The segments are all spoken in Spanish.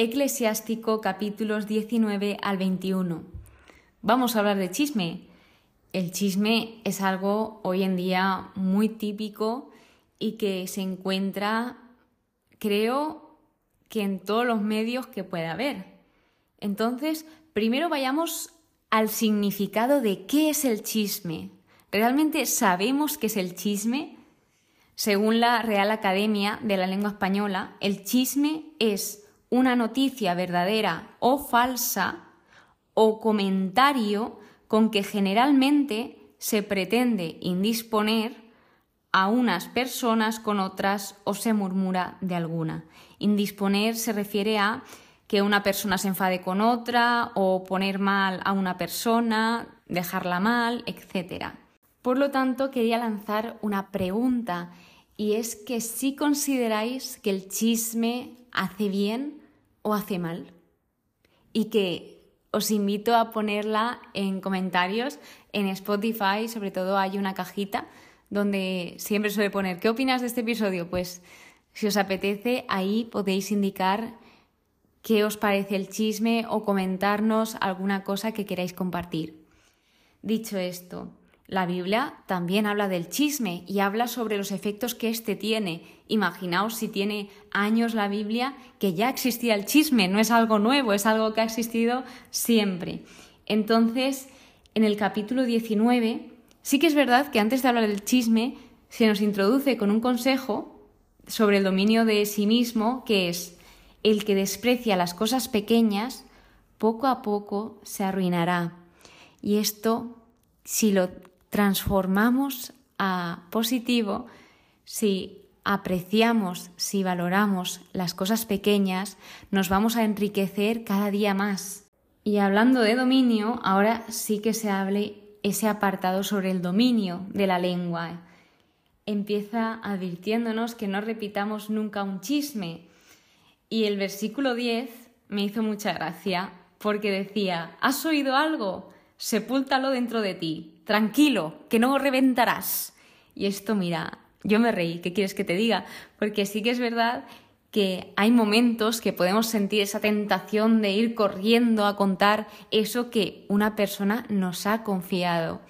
Eclesiástico capítulos 19 al 21. Vamos a hablar de chisme. El chisme es algo hoy en día muy típico y que se encuentra, creo, que en todos los medios que pueda haber. Entonces, primero vayamos al significado de qué es el chisme. ¿Realmente sabemos qué es el chisme? Según la Real Academia de la Lengua Española, el chisme es una noticia verdadera o falsa o comentario con que generalmente se pretende indisponer a unas personas con otras o se murmura de alguna. Indisponer se refiere a que una persona se enfade con otra o poner mal a una persona, dejarla mal, etc. Por lo tanto, quería lanzar una pregunta y es que si consideráis que el chisme hace bien o hace mal, y que os invito a ponerla en comentarios en Spotify. Sobre todo hay una cajita donde siempre suele poner ¿qué opinas de este episodio? Pues si os apetece, ahí podéis indicar qué os parece el chisme o comentarnos alguna cosa que queráis compartir. Dicho esto, la Biblia también habla del chisme y habla sobre los efectos que éste tiene. Imaginaos si tiene años la Biblia que ya existía el chisme, no es algo nuevo, es algo que ha existido siempre. Entonces, en el capítulo 19, sí que es verdad que antes de hablar del chisme se nos introduce con un consejo sobre el dominio de sí mismo, que es: el que desprecia las cosas pequeñas, poco a poco se arruinará. Y esto, si lo transformamos a positivo, si apreciamos, si valoramos las cosas pequeñas, nos vamos a enriquecer cada día más. Y hablando de dominio, ahora sí que se hable ese apartado sobre el dominio de la lengua. Empieza advirtiéndonos que no repitamos nunca un chisme. Y el versículo 10 me hizo mucha gracia porque decía: ¿has oído algo? Sepúltalo dentro de ti, tranquilo, que no reventarás. Y esto, mira, yo me reí, ¿qué quieres que te diga? Porque sí que es verdad que hay momentos que podemos sentir esa tentación de ir corriendo a contar eso que una persona nos ha confiado.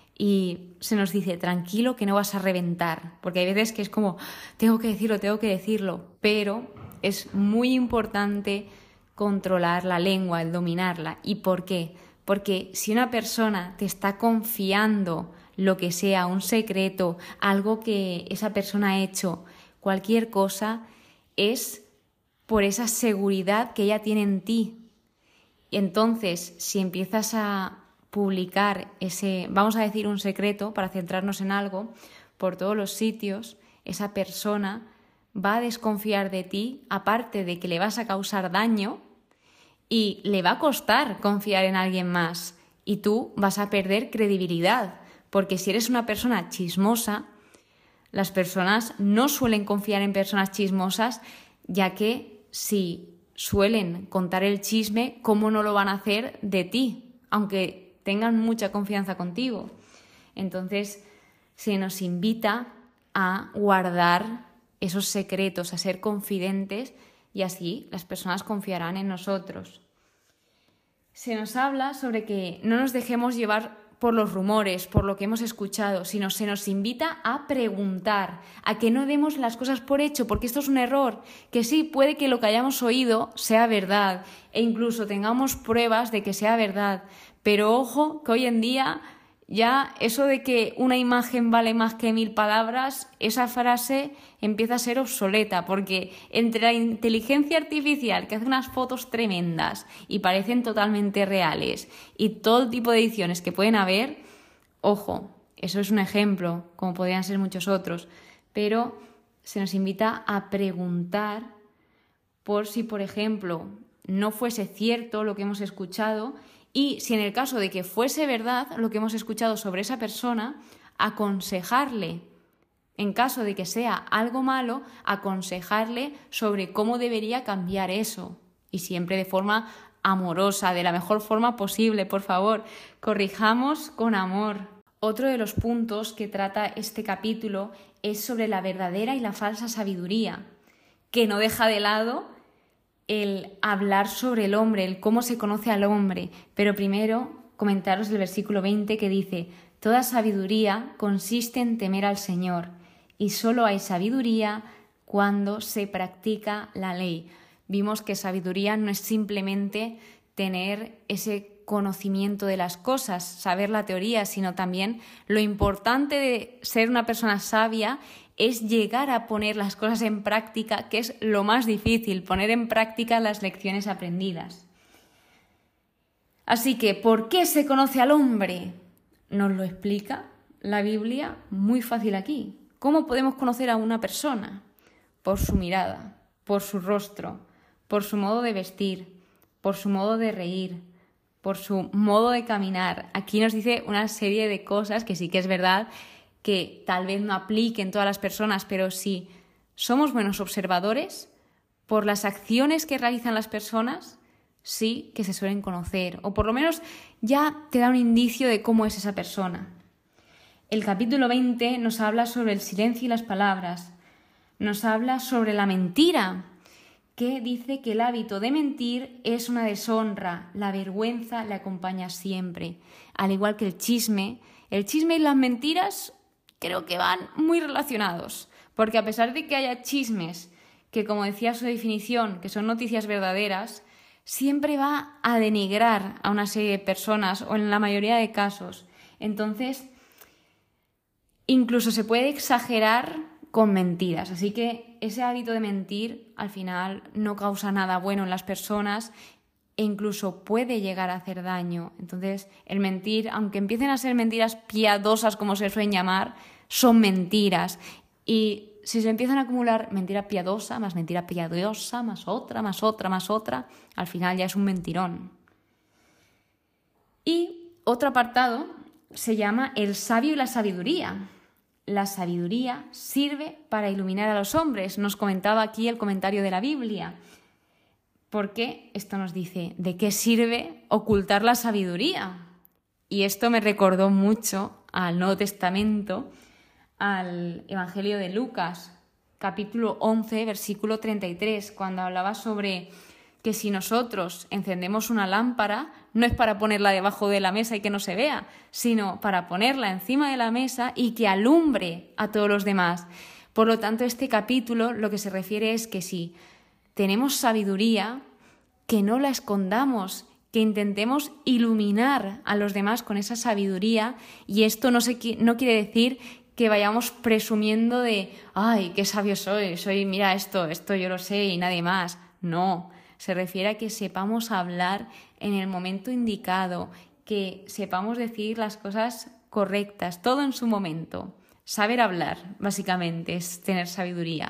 Y se nos dice, tranquilo, que no vas a reventar. Porque hay veces que es como, tengo que decirlo. Pero es muy importante controlar la lengua, el dominarla. ¿Y por qué? Porque si una persona te está confiando lo que sea, un secreto, algo que esa persona ha hecho, cualquier cosa, es por esa seguridad que ella tiene en ti. Y entonces, si empiezas a publicar ese, vamos a decir, un secreto, para centrarnos en algo, por todos los sitios, esa persona va a desconfiar de ti, aparte de que le vas a causar daño, y le va a costar confiar en alguien más y tú vas a perder credibilidad, porque si eres una persona chismosa, las personas no suelen confiar en personas chismosas, ya que si suelen contar el chisme, ¿cómo no lo van a hacer de ti? Aunque tengan mucha confianza contigo. Entonces, se nos invita a guardar esos secretos, a ser confidentes, y así las personas confiarán en nosotros. Se nos habla sobre que no nos dejemos llevar por los rumores, por lo que hemos escuchado, sino se nos invita a preguntar, a que no demos las cosas por hecho, porque esto es un error, que sí, puede que lo que hayamos oído sea verdad e incluso tengamos pruebas de que sea verdad, pero ojo que hoy en día ya eso de que una imagen vale más que 1000 palabras, esa frase empieza a ser obsoleta, porque entre la inteligencia artificial que hace unas fotos tremendas y parecen totalmente reales y todo tipo de ediciones que pueden haber, ojo, eso es un ejemplo, como podrían ser muchos otros, pero se nos invita a preguntar por si, por ejemplo, no fuese cierto lo que hemos escuchado. Y si en el caso de que fuese verdad lo que hemos escuchado sobre esa persona, aconsejarle, en caso de que sea algo malo, aconsejarle sobre cómo debería cambiar eso. Y siempre de forma amorosa, de la mejor forma posible, por favor. Corrijamos con amor. Otro de los puntos que trata este capítulo es sobre la verdadera y la falsa sabiduría, que no deja de lado el hablar sobre el hombre, el cómo se conoce al hombre. Pero primero comentaros el versículo 20 que dice: toda sabiduría consiste en temer al Señor, y solo hay sabiduría cuando se practica la ley. Vimos que sabiduría no es simplemente tener ese conocimiento de las cosas, saber la teoría, sino también lo importante de ser una persona sabia es llegar a poner las cosas en práctica, que es lo más difícil, poner en práctica las lecciones aprendidas. Así que, ¿por qué se conoce al hombre? Nos lo explica la Biblia muy fácil aquí. ¿Cómo podemos conocer a una persona? Por su mirada, por su rostro, por su modo de vestir, por su modo de reír, por su modo de caminar. Aquí nos dice una serie de cosas que sí que es verdad que tal vez no apliquen todas las personas, pero si somos buenos observadores, por las acciones que realizan las personas, sí que se suelen conocer, o por lo menos ya te da un indicio de cómo es esa persona. El capítulo 20 nos habla sobre el silencio y las palabras, nos habla sobre la mentira, que dice que el hábito de mentir es una deshonra, la vergüenza le acompaña siempre, al igual que el chisme y las mentiras creo que van muy relacionados, porque a pesar de que haya chismes que, como decía su definición, que son noticias verdaderas, siempre va a denigrar a una serie de personas o en la mayoría de casos. Entonces, incluso se puede exagerar con mentiras. Así que ese hábito de mentir al final no causa nada bueno en las personas e incluso puede llegar a hacer daño. Entonces, el mentir, aunque empiecen a ser mentiras piadosas, como se suelen llamar, son mentiras. Y si se empiezan a acumular mentira piadosa, más otra, al final ya es un mentirón. Y otro apartado se llama el sabio y la sabiduría. La sabiduría sirve para iluminar a los hombres. Nos comentaba aquí el comentario de la Biblia. Porque esto nos dice, ¿de qué sirve ocultar la sabiduría? Y esto me recordó mucho al Nuevo Testamento, al Evangelio de Lucas, capítulo 11, versículo 33, cuando hablaba sobre que si nosotros encendemos una lámpara, no es para ponerla debajo de la mesa y que no se vea, sino para ponerla encima de la mesa y que alumbre a todos los demás. Por lo tanto, este capítulo lo que se refiere es que si tenemos sabiduría, que no la escondamos, que intentemos iluminar a los demás con esa sabiduría, y esto no quiere decir que vayamos presumiendo de ¡ay, qué sabio soy, mira esto yo lo sé y nadie más! No, se refiere a que sepamos hablar en el momento indicado, que sepamos decir las cosas correctas, todo en su momento. Saber hablar, básicamente, es tener sabiduría.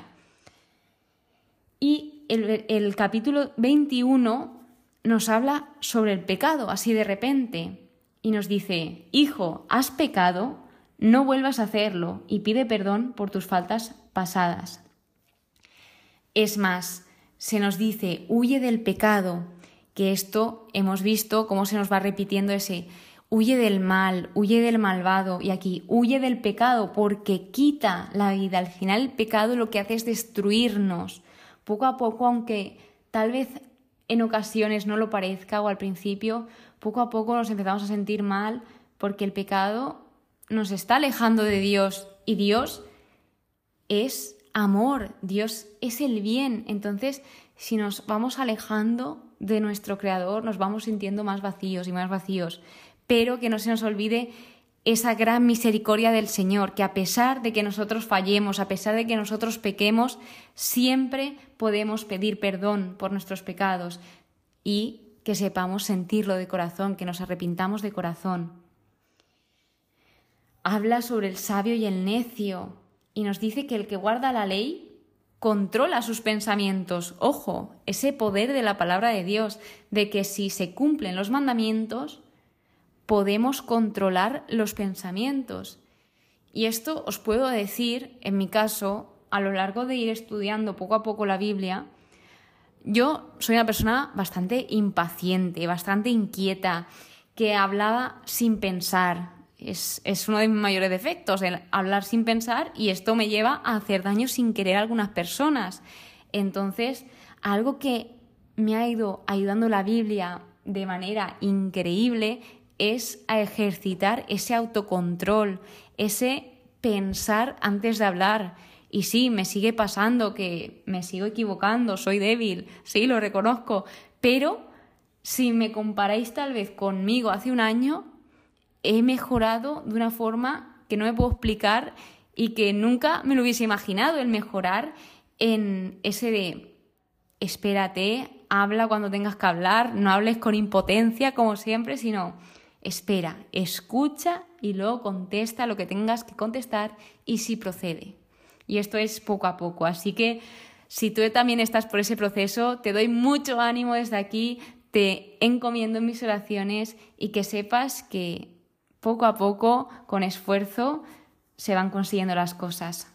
Y el capítulo 21 nos habla sobre el pecado, así de repente, y nos dice: hijo, has pecado, no vuelvas a hacerlo y pide perdón por tus faltas pasadas. Es más, se nos dice: huye del pecado, que esto hemos visto cómo se nos va repitiendo ese huye del mal, huye del malvado, y aquí huye del pecado porque quita la vida. Al final el pecado lo que hace es destruirnos. Poco a poco, aunque tal vez en ocasiones no lo parezca o al principio, poco a poco nos empezamos a sentir mal porque el pecado nos está alejando de Dios y Dios es amor, Dios es el bien. Entonces, si nos vamos alejando de nuestro Creador, nos vamos sintiendo más vacíos y más vacíos. Pero que no se nos olvide esa gran misericordia del Señor, que a pesar de que nosotros fallemos, a pesar de que nosotros pequemos, siempre podemos pedir perdón por nuestros pecados y que sepamos sentirlo de corazón, que nos arrepintamos de corazón. Habla sobre el sabio y el necio y nos dice que el que guarda la ley controla sus pensamientos. Ojo, ese poder de la palabra de Dios, de que si se cumplen los mandamientos, podemos controlar los pensamientos. Y esto os puedo decir, en mi caso, a lo largo de ir estudiando poco a poco la Biblia, yo soy una persona bastante impaciente, bastante inquieta, que hablaba sin pensar. Es uno de mis mayores defectos, el hablar sin pensar, y esto me lleva a hacer daño sin querer a algunas personas. Entonces, algo que me ha ido ayudando la Biblia de manera increíble es a ejercitar ese autocontrol, ese pensar antes de hablar. Y sí, me sigue pasando que me sigo equivocando, soy débil, sí, lo reconozco, pero si me comparáis tal vez conmigo hace un año, he mejorado de una forma que no me puedo explicar y que nunca me lo hubiese imaginado, el mejorar en ese de espérate, habla cuando tengas que hablar, no hables con impotencia como siempre, sino espera, escucha y luego contesta lo que tengas que contestar y sí procede. Y esto es poco a poco, así que si tú también estás por ese proceso, te doy mucho ánimo desde aquí, te encomiendo en mis oraciones y que sepas que poco a poco, con esfuerzo, se van consiguiendo las cosas.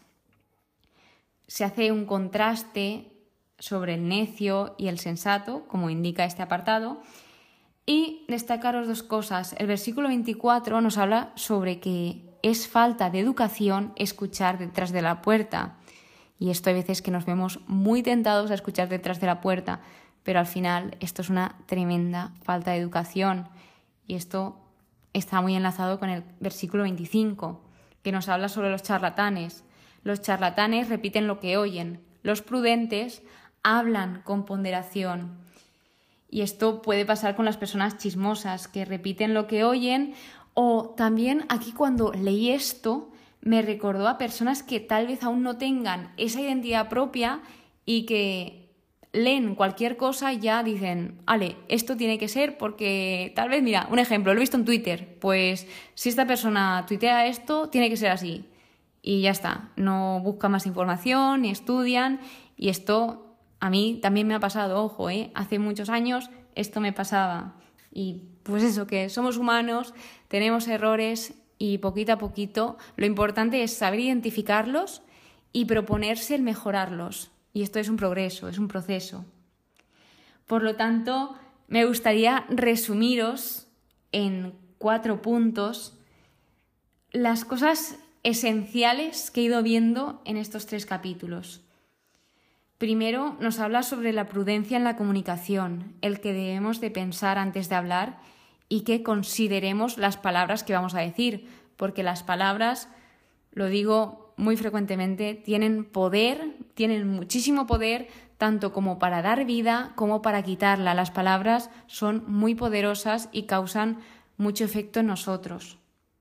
Se hace un contraste sobre el necio y el sensato, como indica este apartado, y destacaros dos cosas. El versículo 24 nos habla sobre que es falta de educación escuchar detrás de la puerta. Y esto hay veces que nos vemos muy tentados a escuchar detrás de la puerta, pero al final esto es una tremenda falta de educación. Y esto está muy enlazado con el versículo 25, que nos habla sobre los charlatanes. Los charlatanes repiten lo que oyen, los prudentes hablan con ponderación. Y esto puede pasar con las personas chismosas, que repiten lo que oyen, o también aquí cuando leí esto me recordó a personas que tal vez aún no tengan esa identidad propia y que leen cualquier cosa y ya dicen, vale, esto tiene que ser porque tal vez, mira, un ejemplo, lo he visto en Twitter, pues si esta persona tuitea esto, tiene que ser así. Y ya está, no buscan más información ni estudian y esto a mí también me ha pasado, ojo, hace muchos años esto me pasaba. Y pues eso, que somos humanos, tenemos errores y poquito a poquito lo importante es saber identificarlos y proponerse el mejorarlos. Y esto es un progreso, es un proceso. Por lo tanto, me gustaría resumiros en 4 puntos las cosas esenciales que he ido viendo en estos 3 capítulos. Primero, nos habla sobre la prudencia en la comunicación, el que debemos de pensar antes de hablar y que consideremos las palabras que vamos a decir, porque las palabras, lo digo muy frecuentemente, tienen poder, tienen muchísimo poder, tanto como para dar vida como para quitarla. Las palabras son muy poderosas y causan mucho efecto en nosotros.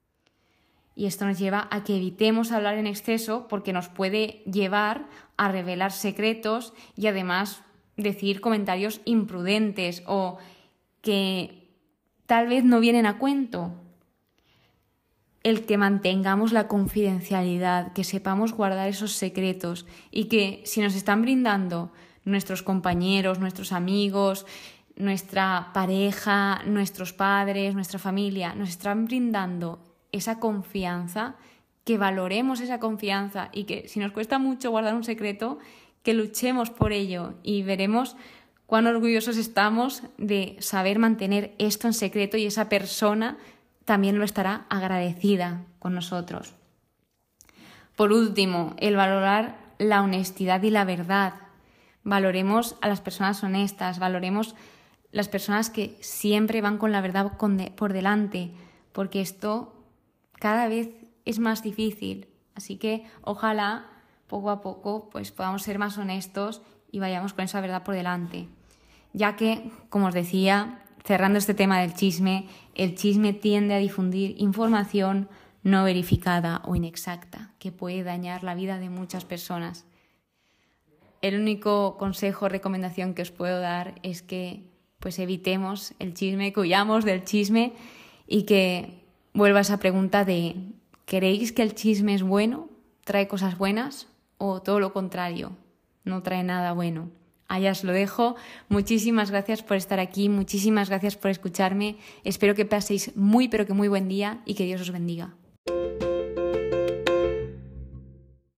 Y esto nos lleva a que evitemos hablar en exceso porque nos puede llevar a revelar secretos y además decir comentarios imprudentes o que tal vez no vienen a cuento. El que mantengamos la confidencialidad, que sepamos guardar esos secretos y que si nos están brindando nuestros compañeros, nuestros amigos, nuestra pareja, nuestros padres, nuestra familia, nos están brindando esa confianza, que valoremos esa confianza y que si nos cuesta mucho guardar un secreto, que luchemos por ello y veremos cuán orgullosos estamos de saber mantener esto en secreto y esa persona también lo estará agradecida con nosotros. Por último, el valorar la honestidad y la verdad. Valoremos a las personas honestas, valoremos las personas que siempre van con la verdad por delante, porque esto cada vez es más difícil. Así que ojalá poco a poco pues podamos ser más honestos y vayamos con esa verdad por delante. Ya que, como os decía, cerrando este tema del chisme, el chisme tiende a difundir información no verificada o inexacta, que puede dañar la vida de muchas personas. El único consejo o recomendación que os puedo dar es que pues evitemos el chisme, que huyamos del chisme y que vuelva a esa pregunta de ¿queréis que el chisme es bueno? ¿Trae cosas buenas? ¿O todo lo contrario? No trae nada bueno. Allá os lo dejo. Muchísimas gracias por estar aquí, muchísimas gracias por escucharme. Espero que paséis muy pero que muy buen día y que Dios os bendiga.